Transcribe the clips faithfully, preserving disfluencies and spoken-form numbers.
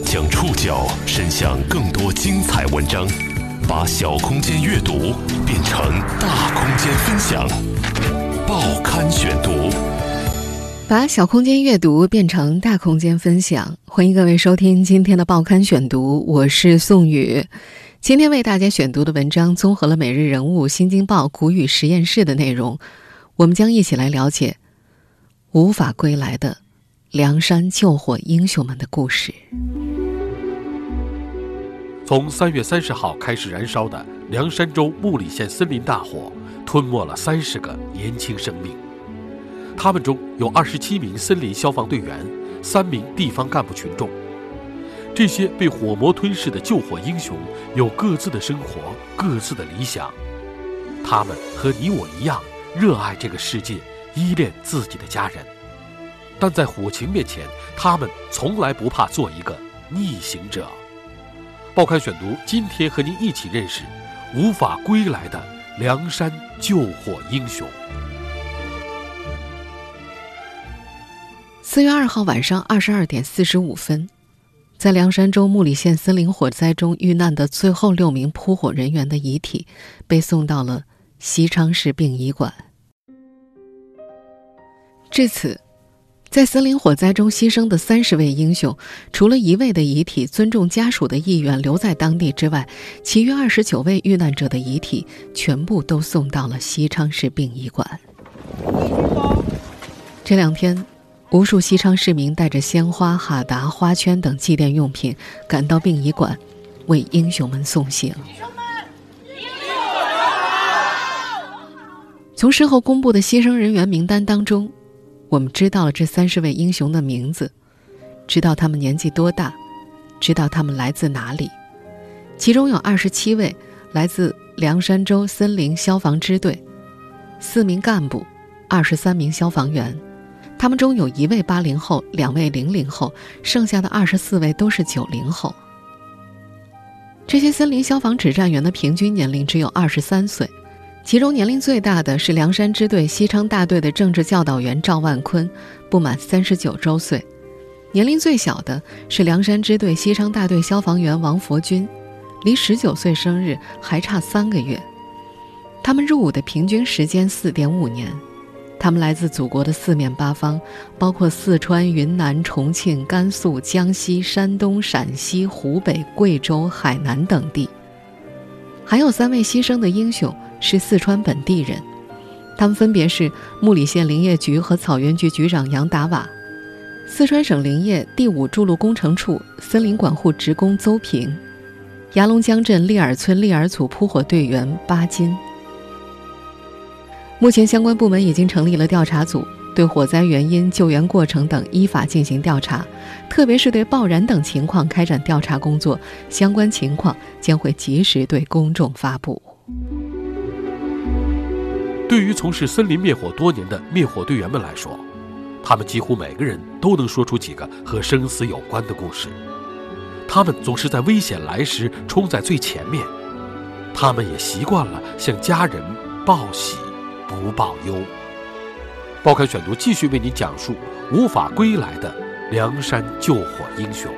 将触角伸向更多精彩文章，把小空间阅读变成大空间分享。报刊选读， 把小空间阅读变成大空间分享。欢迎各位收听今天的报刊选读，我是宋宇。今天为大家选读的文章综合了每日人物、新京报、谷雨实验室的内容，我们将一起来了解无法归来的凉山救火英雄们的故事。 从三月三十号开始燃烧的凉山州木里县森林大火，吞没了三十个年轻生命。他们中有二十七名森林消防队员，三名地方干部群众。这些被火魔吞噬的救火英雄有各自的生活，各自的理想。他们和你我一样，热爱这个世界，依恋自己的家人。但在火情面前，他们从来不怕做一个逆行者。报刊选读今天和您一起认识无法归来的凉山救火英雄。 四月二号晚上二十二点四十五分，在凉山州木里县森林火灾中遇难的最后六名扑火人员的遗体被送到了西昌市殡仪馆。至此，在森林火灾中牺牲的三十位英雄，除了一位的遗体尊重家属的意愿留在当地之外，其余二十九位遇难者的遗体全部都送到了西昌市殡仪馆。这两天，无数西昌市民带着鲜花、哈达、花圈等祭奠用品赶到殡仪馆，为英雄们送行。从事后公布的牺牲人员名单当中，我们知道了这三十位英雄的名字，知道他们年纪多大，知道他们来自哪里。其中有二十七位来自凉山州森林消防支队，四名干部，二十三名消防员。他们中有一位八零后，两位零零后，剩下的二十四位都是九零后。这些森林消防指战员的平均年龄只有二十三岁。其中年龄最大的是凉山支队西昌大队的政治教导员赵万坤，不满三十九周岁；年龄最小的是凉山支队西昌大队消防员王佛军，离十九岁生日还差三个月。他们入伍的平均时间四点五年。他们来自祖国的四面八方，包括四川、云南、重庆、甘肃、江西、山东、陕西、湖北、贵州、海南等地。还有三位牺牲的英雄是四川本地人，他们分别是木里县林业局和草原局局长杨达瓦，四川省林业第五筑路工程处森林管护职工邹平，牙龙江镇利尔村利尔组扑火队员巴金。目前相关部门已经成立了调查组，对火灾原因、救援过程等依法进行调查，特别是对爆燃等情况开展调查工作，相关情况将会及时对公众发布。 对于从事森林灭火多年的灭火队员们来说，他们几乎每个人都能说出几个和生死有关的故事。他们总是在危险来时冲在最前面，他们也习惯了向家人报喜不报忧。报刊选读继续为您讲述无法归来的凉山救火英雄。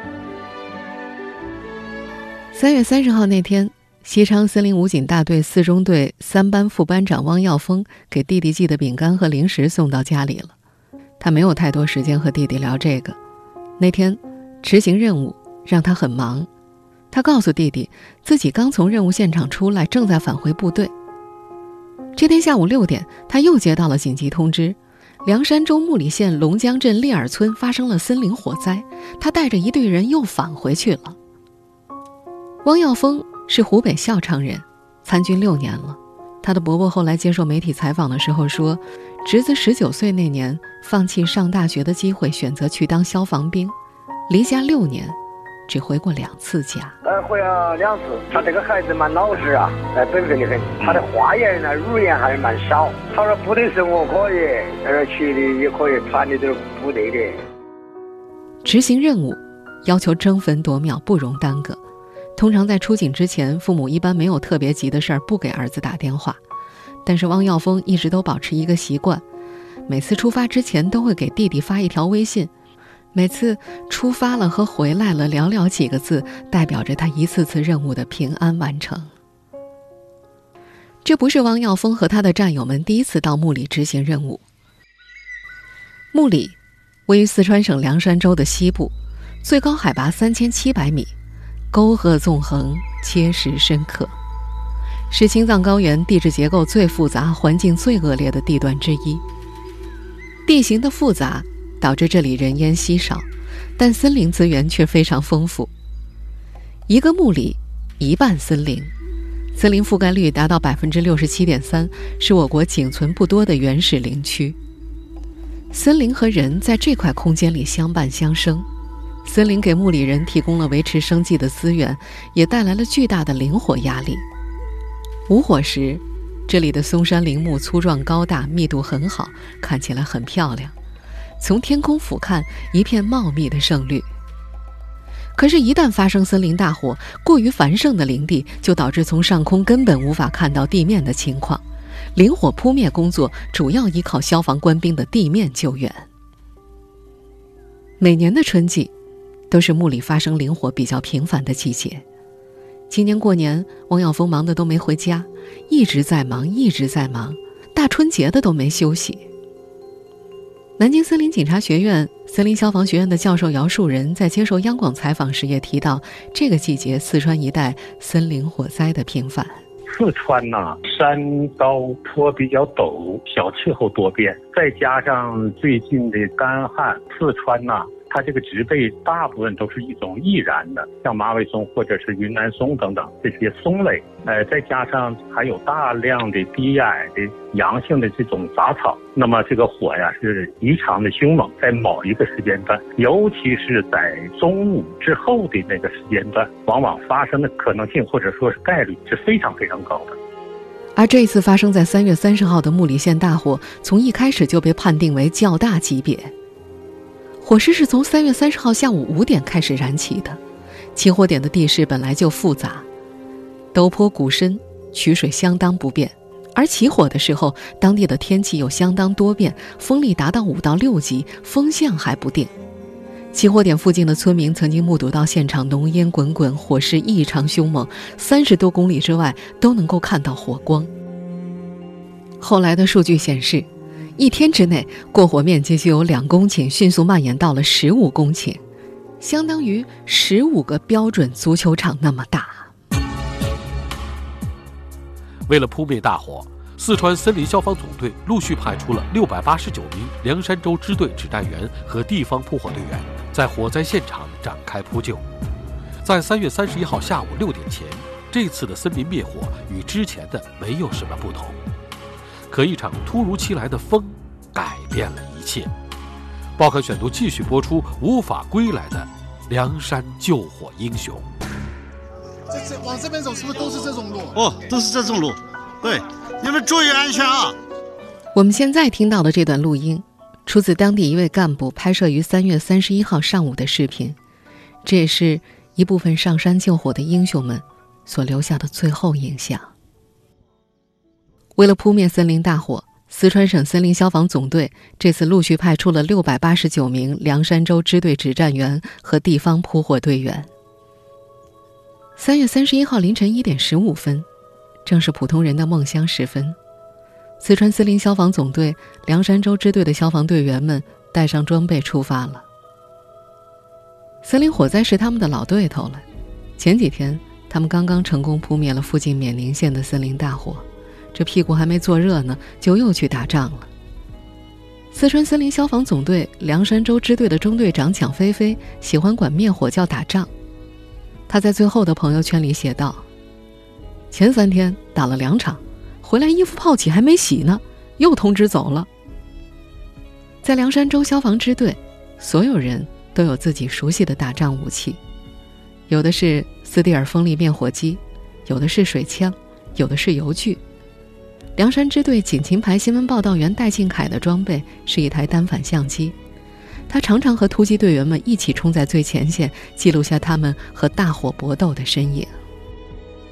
三月三十号那天，西昌森林武警大队四中队三班副班长汪耀峰给弟弟寄的饼干和零食送到家里了。他没有太多时间和弟弟聊这个，那天执行任务让他很忙。他告诉弟弟，自己刚从任务现场出来，正在返回部队。这天下午六点，他又接到了紧急通知，凉山州木里县龙江镇利尔村发生了森林火灾，他带着一队人又返回去了。汪耀峰是湖北孝昌人，参军六年了。他的伯伯后来接受媒体采访的时候说，侄子十九岁那年放弃上大学的机会，选择去当消防兵，离家六年，只回过两次家。 呃，回了两次。他这个孩子蛮老实啊，在本分的很。他的花言呢，语言还是蛮少。他说部队生活可以，他说去的也可以，团的都是部队的。 执行任务要求争分夺秒，不容耽搁。通常在出警之前，父母一般没有特别急的事儿不给儿子打电话，但是汪耀峰一直都保持一个习惯，每次出发之前都会给弟弟发一条微信， 每次出发了和回来了寥寥几个字，代表着他一次次任务的平安完成。这不是王耀峰和他的战友们第一次到木里执行任务。木里位于四川省凉山州的西部，最高海拔三千七百米，沟壑纵横，结实深刻，是青藏高原地质结构最复杂、环境最恶劣的地段之一。地形的复杂导致这里人烟稀少，但森林资源却非常丰富。一个木里，一半森林，森林覆盖率达到 百分之六十七点三， 是我国仅存不多的原始林区。森林和人在这块空间里相伴相生，森林给木里人提供了维持生计的资源，也带来了巨大的林火压力。无火时，这里的松山林木粗壮高大，密度很好，看起来很漂亮。从天空俯瞰，一片茂密的盛绿。可是，一旦发生森林大火，过于繁盛的林地就导致从上空根本无法看到地面的情况。林火扑灭工作主要依靠消防官兵的地面救援。每年的春季都是木里发生林火比较频繁的季节。今年过年，王耀峰忙得都没回家，一直在忙，一直在忙，大春节的都没休息。南京森林警察学院森林消防学院的教授姚树人在接受央广采访时也提到，这个季节四川一带森林火灾的频繁。 四川呐、啊，山高坡比较陡，小气候多变，再加上最近的干旱，四川呐、啊，它这个植被大部分都是一种易燃的，像马尾松或者是云南松等等这些松类，呃，再加上还有大量的低矮的阳性的这种杂草，那么这个火呀是异常的凶猛，在某一个时间段，尤其是在中午之后的那个时间段，往往发生的可能性或者说是概率是非常非常高的。 而这次发生在三月三十号的木里县大火，从一开始就被判定为较大级别。火势是从三月三十号下午五点开始燃起的，起火点的地势本来就复杂，陡坡谷深，取水相当不便，而起火的时候，当地的天气又相当多变，风力达到五到六级，风向还不定。起火点附近的村民曾经目睹到现场浓烟滚滚，火势异常凶猛，三十多公里之外都能够看到火光。后来的数据显示，一天之内过火面积就有两公顷，迅速蔓延到了十五公顷，相当于十五个标准足球场那么大。 为了扑灭大火，四川森林消防总队陆续派出了六百八十九名凉山州支队指战员和地方扑火队员，在火灾现场展开扑救。在三月三十一号下午六点前，这次的森林灭火与之前的没有什么不同。可一场突如其来的风改变了一切。报刊选读继续播出无法归来的凉山救火英雄。 这这往这边走是不是都是这种路？ 哦，都是这种路。对，你们注意安全啊！ 我们现在听到的这段录音，出自当地一位干部拍摄于三月三十一号上午的视频，这也是一部分上山救火的英雄们所留下的最后影像。为了扑灭森林大火，四川省森林消防总队这次陆续派出了六百八十九名凉山州支队指战员和地方扑火队员。三月三十一号凌晨一点十五分，正是普通人的梦乡时分，四川森林消防总队凉山州支队的消防队员们带上装备出发了。森林火灾是他们的老对头了，前几天他们刚刚成功扑灭了附近冕宁县的森林大火，这屁股还没坐热呢，就又去打仗了。四川森林消防总队凉山州支队的中队长蒋飞飞喜欢管灭火叫打仗，他在最后的朋友圈里写道：前三天打了两场，回来衣服泡起还没洗呢，又通知走了。在凉山州消防支队，所有人都有自己熟悉的打仗武器，有的是斯蒂尔风力灭火机，有的是水枪，有的是油锯。凉山支队警勤排新闻报道员戴庆凯的装备是一台单反相机，他常常和突击队员们一起冲在最前线，记录下他们和大火搏斗的身影。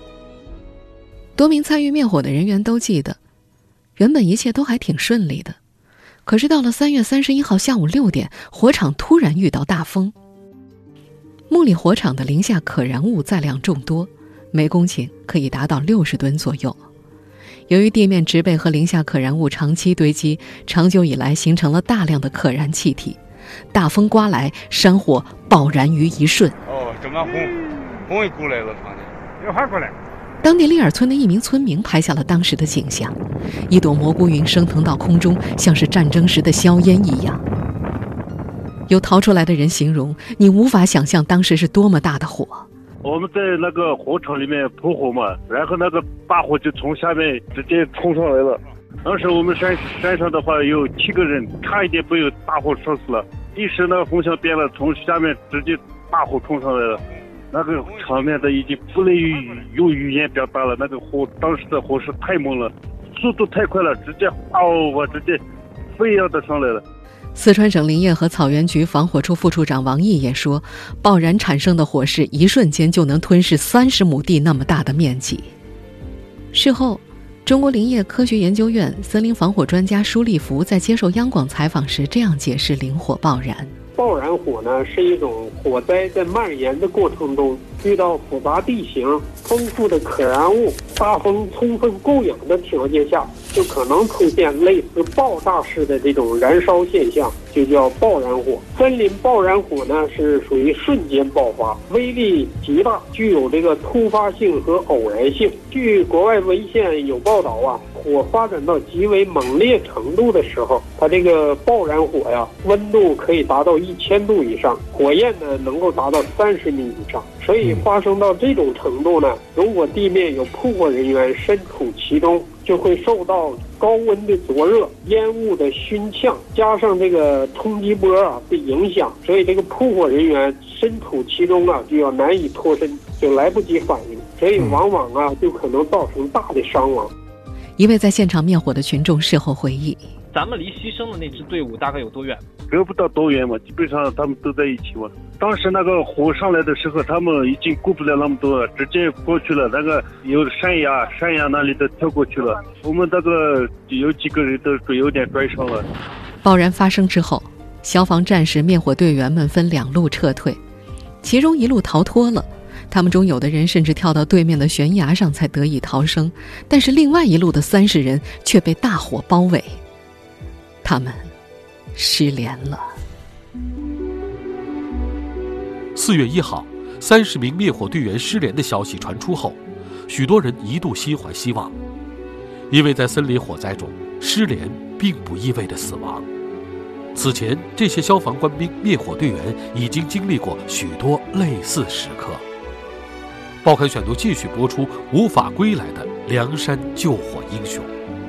多名参与灭火的人员都记得，原本一切都还挺顺利的， 可是到了三月三十一号下午六点，火场突然遇到大风。木里火场的零下可燃物载量众多，每公顷可以达到六十吨左右。由于地面植被和零下可燃物长期堆积，长久以来形成了大量的可燃气体。大风刮来，山火爆燃于一瞬。 哦，这么红，红一股来了，看见，一会儿过来。 当地利尔村的一名村民拍下了当时的景象，一朵蘑菇云升腾到空中，像是战争时的硝烟一样。有逃出来的人形容，你无法想象当时是多么大的火。 我们在那个火场里面扑火嘛，然后那个大火就从下面直接冲上来了。当时我们山山上的话有七个人，差一点被大火烧死了。一时那个风向变了，从下面直接大火冲上来了。那个场面的已经不能用语言表达了，那个火当时的火势太猛了，速度太快了，直接嗷啊，直接飞扬的上来了。 四川省林业和草原局防火处副处长王毅也说，爆燃产生的火势一瞬间就能吞噬三十亩地那么大的面积。事后，中国林业科学研究院森林防火专家舒立福在接受央广采访时这样解释林火爆燃。 爆燃火呢，是一种火灾在蔓延的过程中，遇到复杂地形、丰富的可燃物、大风充分供氧的条件下，就可能出现类似爆炸式的这种燃烧现象，就叫爆燃火。森林爆燃火呢，是属于瞬间爆发，威力极大，具有这个突发性和偶然性。据国外文献有报道啊，火发展到极为猛烈程度的时候，它这个爆燃火呀，温度可以达到一千度以上，火焰呢能够达到三十米以上。所以发生到这种程度呢，如果地面有扑火人员身处其中，就会受到高温的灼热、烟雾的熏呛，加上这个冲击波啊的影响，所以这个扑火人员身处其中啊，就要难以脱身，就来不及反应，所以往往啊就可能造成大的伤亡。 一位在现场灭火的群众事后回忆， 咱们离牺牲的那支队伍大概有多远？ 隔不到多远嘛，基本上他们都在一起嘛。当时那个火上来的时候，他们已经顾不了那么多了，直接过去了。那个有山崖，山崖那里都跳过去了。我们那个有几个人都有点摔伤了。 爆燃发生之后，消防战士、灭火队员们分两路撤退，其中一路逃脱了。他们中有的人甚至跳到对面的悬崖上才得以逃生，但是另外一路的三十人却被大火包围，他们失联了。 四月一号，三十名灭火队员失联的消息传出后，许多人一度心怀希望，因为在森林火灾中，失联并不意味着死亡。此前，这些消防官兵、灭火队员已经经历过许多类似时刻。报刊选读继续播出无法归来的凉山救火英雄。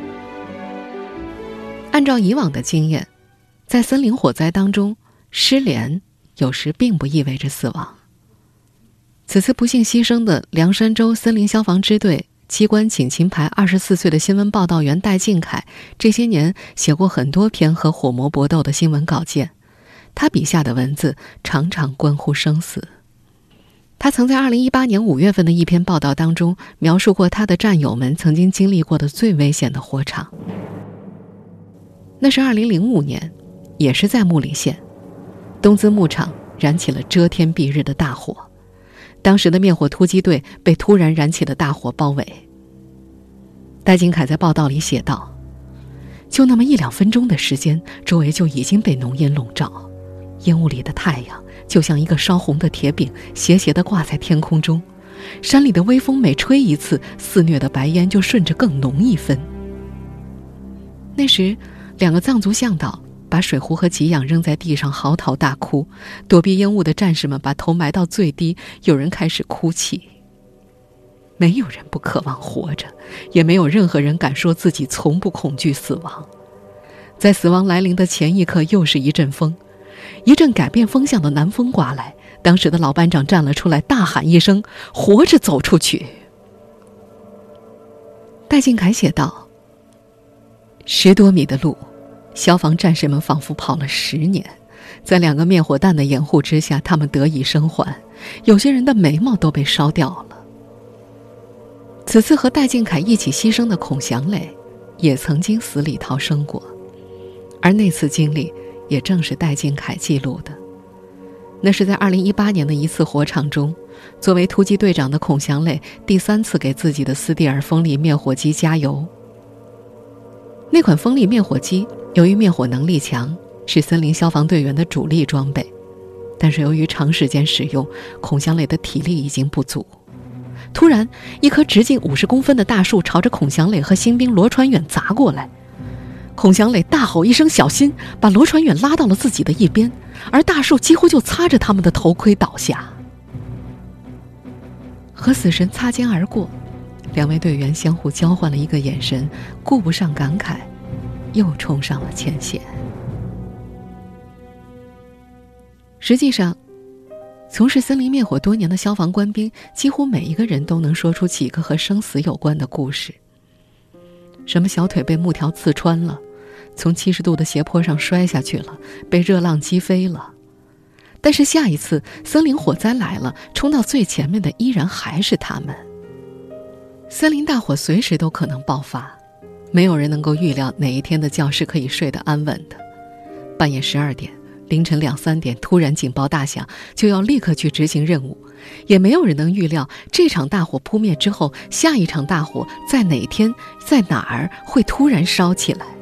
按照以往的经验，在森林火灾当中，失联有时并不意味着死亡。此次不幸牺牲的凉山州森林消防支队机关警勤排二十四岁的新闻报道员戴敬凯，这些年写过很多篇和火魔搏斗的新闻稿件，他笔下的文字常常关乎生死。他曾在二零一八年五月份的一篇报道当中描述过他的战友们曾经经历过的最危险的火场。那是二零零五年，也是在木里县，东资牧场燃起了遮天蔽日的大火，当时的灭火突击队被突然燃起的大火包围。戴金凯在报道里写道，就那么一两分钟的时间，周围就已经被浓烟笼罩，烟雾里的太阳就像一个烧红的铁饼，斜斜地挂在天空中，山里的微风每吹一次，肆虐的白烟就顺着更浓一分。那时两个藏族向导把水壶和给养扔在地上嚎啕大哭，躲避烟雾的战士们把头埋到最低，有人开始哭泣。没有人不渴望活着，也没有任何人敢说自己从不恐惧死亡。在死亡来临的前一刻，又是一阵风，一阵改变风向的南风刮来，当时的老班长站了出来，大喊一声，活着走出去。戴敬凯写道，十多米的路，消防战士们仿佛跑了十年，在两个灭火弹的掩护之下，他们得以生还，有些人的眉毛都被烧掉了。此次和戴敬凯一起牺牲的孔祥磊也曾经死里逃生过。 而那次经历也正是戴金凯记录的。那是在二零一八年的一次火场中，作为突击队长的孔祥磊第三次给自己的斯蒂尔风力灭火机加油。那款风力灭火机由于灭火能力强，是森林消防队员的主力装备，但是由于长时间使用，孔祥磊的体力已经不足。突然，一棵直径五十公分的大树朝着孔祥磊和新兵罗传远砸过来。孔祥磊大吼一声小心，把罗传远拉到了自己的一边，而大树几乎就擦着他们的头盔倒下。和死神擦肩而过，两位队员相互交换了一个眼神，顾不上感慨，又冲上了前线。实际上，从事森林灭火多年的消防官兵，几乎每一个人都能说出几个和生死有关的故事。什么小腿被木条刺穿了，从七十度的斜坡上摔下去了，被热浪击飞了。但是下一次森林火灾来了，冲到最前面的依然还是他们。森林大火随时都可能爆发，没有人能够预料哪一天的觉是可以睡得安稳的。半夜十二点、凌晨两三点突然警报大响，就要立刻去执行任务，也没有人能预料这场大火扑灭之后，下一场大火在哪天在哪儿会突然烧起来。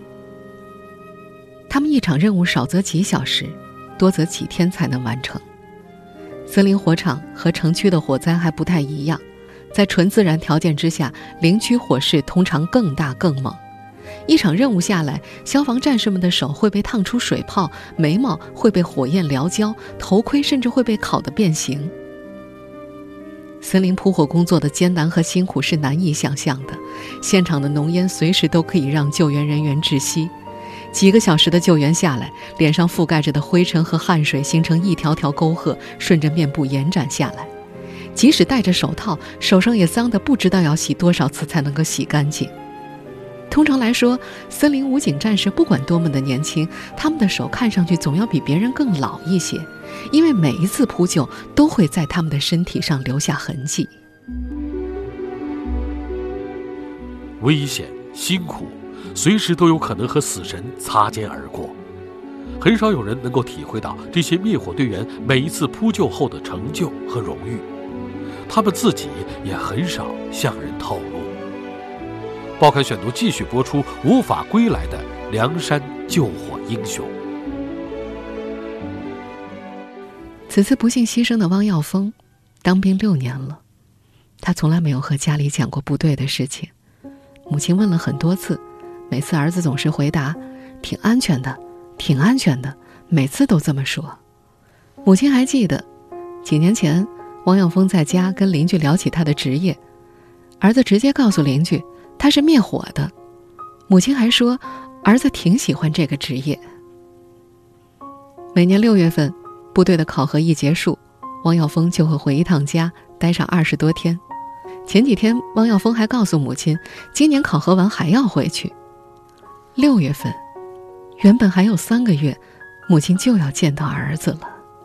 他们一场任务少则几小时，多则几天才能完成。森林火场和城区的火灾还不太一样，在纯自然条件之下，林区火势通常更大更猛。一场任务下来，消防战士们的手会被烫出水泡，眉毛会被火焰燎焦，头盔甚至会被烤得变形。森林扑火工作的艰难和辛苦是难以想象的，现场的浓烟随时都可以让救援人员窒息。几个小时的救援下来，脸上覆盖着的灰尘和汗水形成一条条沟壑，顺着面部延展下来。即使戴着手套，手上也脏得不知道要洗多少次才能够洗干净。通常来说，森林武警战士不管多么的年轻，他们的手看上去总要比别人更老一些，因为每一次扑救都会在他们的身体上留下痕迹。 危险、辛苦，随时都有可能和死神擦肩而过。很少有人能够体会到这些灭火队员每一次扑救后的成就和荣誉，他们自己也很少向人透露。报刊选读继续播出无法归来的梁山救火英雄。 此次不幸牺牲的汪耀峰当兵六年了，他从来没有和家里讲过部队的事情。母亲问了很多次，每次儿子总是回答挺安全的挺安全的，每次都这么说。母亲还记得几年前汪耀峰在家跟邻居聊起他的职业，儿子直接告诉邻居他是灭火的。母亲还说儿子挺喜欢这个职业。每年六月份部队的考核一结束，汪耀峰就会回一趟家，待上二十多天。前几天汪耀峰还告诉母亲，今年考核完还要回去。六月份原本还有三个月，母亲就要见到儿子了。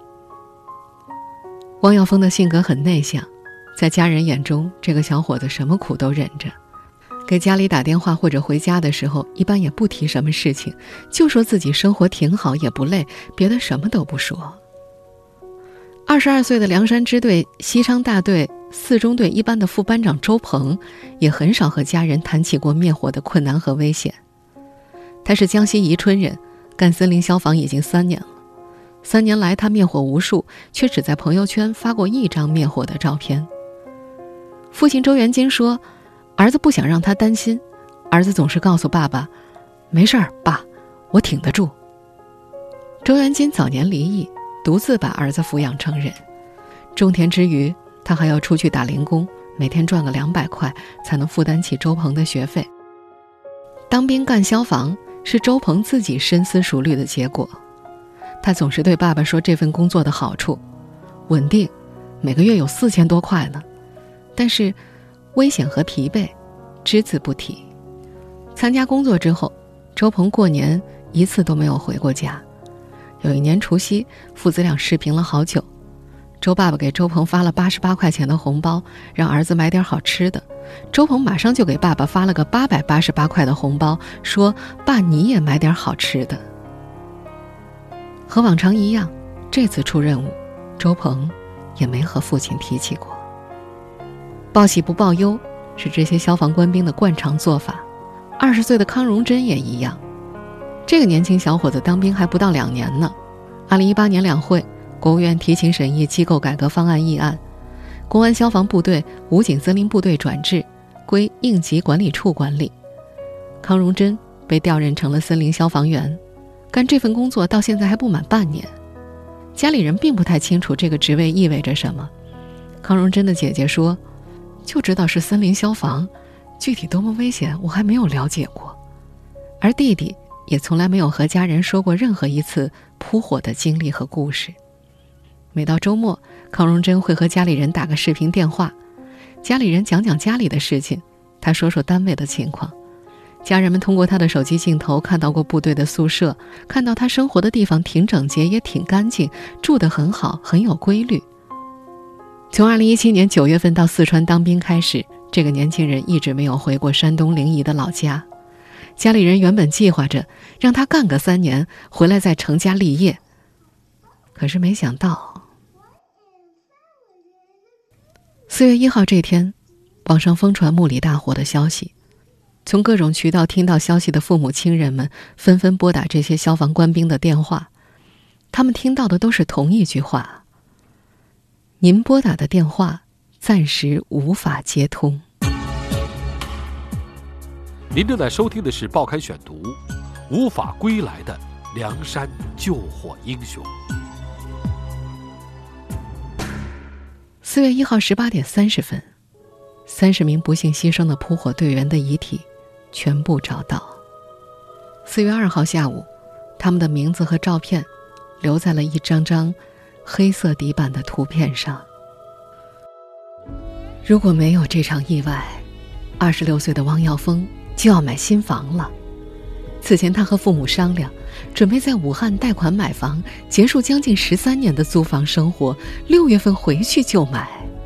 汪耀峰的性格很内向，在家人眼中这个小伙子什么苦都忍着，给家里打电话或者回家的时候一般也不提什么事情，就说自己生活挺好也不累，别的什么都不说。二十二岁的梁山支队西昌大队四中队一班的副班长周鹏也很少和家人谈起过灭火的困难和危险。他是江西宜春人，干森林消防已经三年了。三年来他灭火无数，却只在朋友圈发过一张灭火的照片。父亲周元金说，儿子不想让他担心，儿子总是告诉爸爸，没事儿，爸，我挺得住。周元金早年离异，独自把儿子抚养成人。种田之余，他还要出去打零工，每天赚个两百块，才能负担起周鹏的学费。当兵干消防是周鹏自己深思熟虑的结果。他总是对爸爸说这份工作的好处，稳定，每个月有四千多块呢。但是危险和疲惫只字不提。参加工作之后，周鹏过年一次都没有回过家。有一年除夕，父子俩视频了好久。 周爸爸给周鹏发了八十八块钱的红包，让儿子买点好吃的。周鹏马上就给爸爸发了个八百八十八块的红包，说：“爸，你也买点好吃的。”和往常一样，这次出任务，周鹏也没和父亲提起过。报喜不报忧是这些消防官兵的惯常做法。二十岁的康荣臻也一样。这个年轻小伙子当兵还不到两年呢。二零一八年两会，国务院提请审议机构改革方案议案，公安消防部队武警森林部队转制，归应急管理处管理。康荣臻被调任成了森林消防员，干这份工作到现在还不满半年。家里人并不太清楚这个职位意味着什么。康荣臻的姐姐说，就知道是森林消防，具体多么危险我还没有了解过。而弟弟也从来没有和家人说过任何一次扑火的经历和故事。每到周末，康荣臻会和家里人打个视频电话，家里人讲讲家里的事情，他说说单位的情况。家人们通过他的手机镜头看到过部队的宿舍，看到他生活的地方挺整洁也挺干净，住得很好，很有规律。从二零一七年九月份到四川当兵开始，这个年轻人一直没有回过山东临沂的老家。家里人原本计划着让他干个三年，回来再成家立业。可是没想到，四月一号这天，网上疯传墓里大火的消息。从各种渠道听到消息的父母亲人们纷纷拨打这些消防官兵的电话，他们听到的都是同一句话：您拨打的电话暂时无法接通。 您正在收听的是报刊选读，无法归来的梁山救火英雄。 四月一号十八点三十分，三十名不幸牺牲的扑火队员的遗体全部找到。四月二号下午，他们的名字和照片留在了一张张黑色底板的图片上。如果没有这场意外，二十六岁的汪耀峰就要买新房了。此前他和父母商量，准备在武汉贷款买房，结束将近十三年的租房生活，六月份回去就买。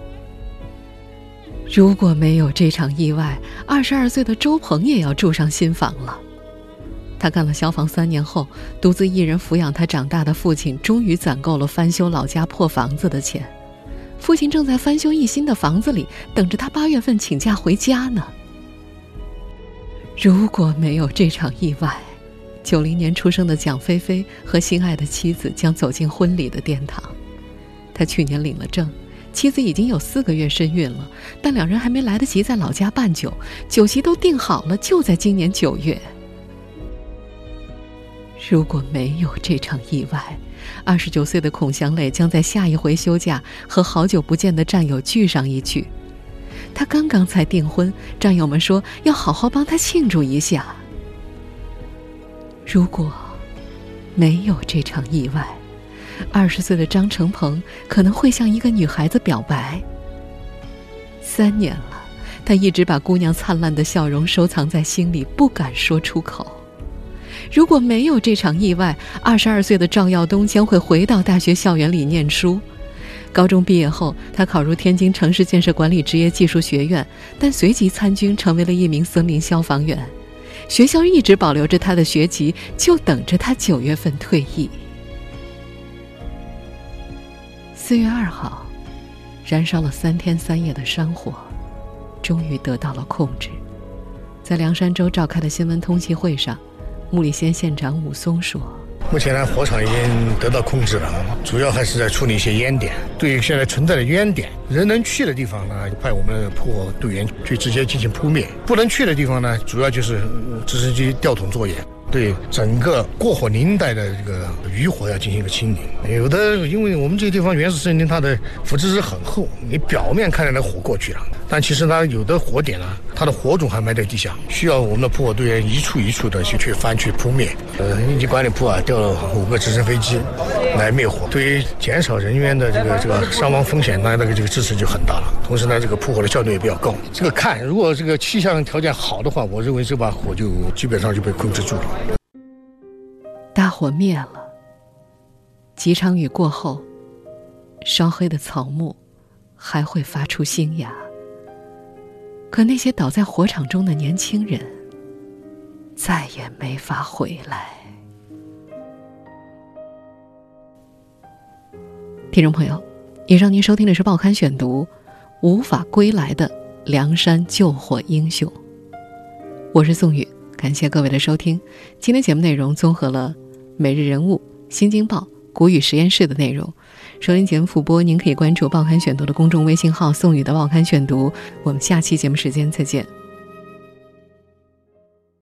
如果没有这场意外，二十二岁的周鹏也要住上新房了。他干了消防三年后，独自一人抚养他长大的父亲终于攒够了翻修老家破房子的钱。父亲正在翻修一新的房子里，等着他八月份请假回家呢。如果没有这场意外，九零年出生的蒋菲菲和心爱的妻子将走进婚礼的殿堂。他去年领了证，妻子已经有四个月身孕了，但两人还没来得及在老家办酒，酒席都订好了，就在今年九月。如果没有这场意外，二十九岁的孔祥磊将在下一回休假和好久不见的战友聚上一聚。他刚刚才订婚，战友们说要好好帮他庆祝一下。如果没有这场意外，二十岁的张成鹏可能会向一个女孩子表白。三年了，他一直把姑娘灿烂的笑容收藏在心里，不敢说出口。如果没有这场意外，二十二岁的赵耀东将会回到大学校园里念书。高中毕业后，他考入天津城市建设管理职业技术学院，但随即参军，成为了一名森林消防员。学校一直保留着他的学籍，就等着他九月份退役。四月二号，燃烧了三天三夜的山火终于得到了控制。在凉山州召开的新闻通气会上，木里县县长武松说， 目前呢，火场已经得到控制了，主要还是在处理一些烟点。对于现在存在的烟点，人能去的地方呢，派我们的扑火队员去直接进行扑灭；不能去的地方呢，主要就是直升机吊桶作业，对整个过火林带的这个余火要进行一个清理。有的因为我们这个地方原始森林，它的腐殖质很厚，你表面看起来火过去了，但其实它有的火点呢，它的火种还埋在地下，需要我们的扑火队员一处一处的去去翻去扑灭。呃，应急管理部啊调了五个直升飞机来灭火，对于减少人员的这个这个伤亡风险呢，那个这个支持就很大了。同时呢，这个扑火的效率也比较高。这个看，如果这个气象条件好的话，我认为这把火就基本上就被控制住了。 大火灭了，几场雨过后， 烧黑的草木还会发出新芽。可那些倒在火场中的年轻人再也没法回来。听众朋友，以上您收听的是报刊选读无法归来的凉山救火英雄，我是宋宇，感谢各位的收听。今天节目内容综合了每日人物、新京报、谷雨实验室的内容。收听节目复播，您可以关注报刊选读的公众微信号宋宇的报刊选读。我们下期节目时间再见。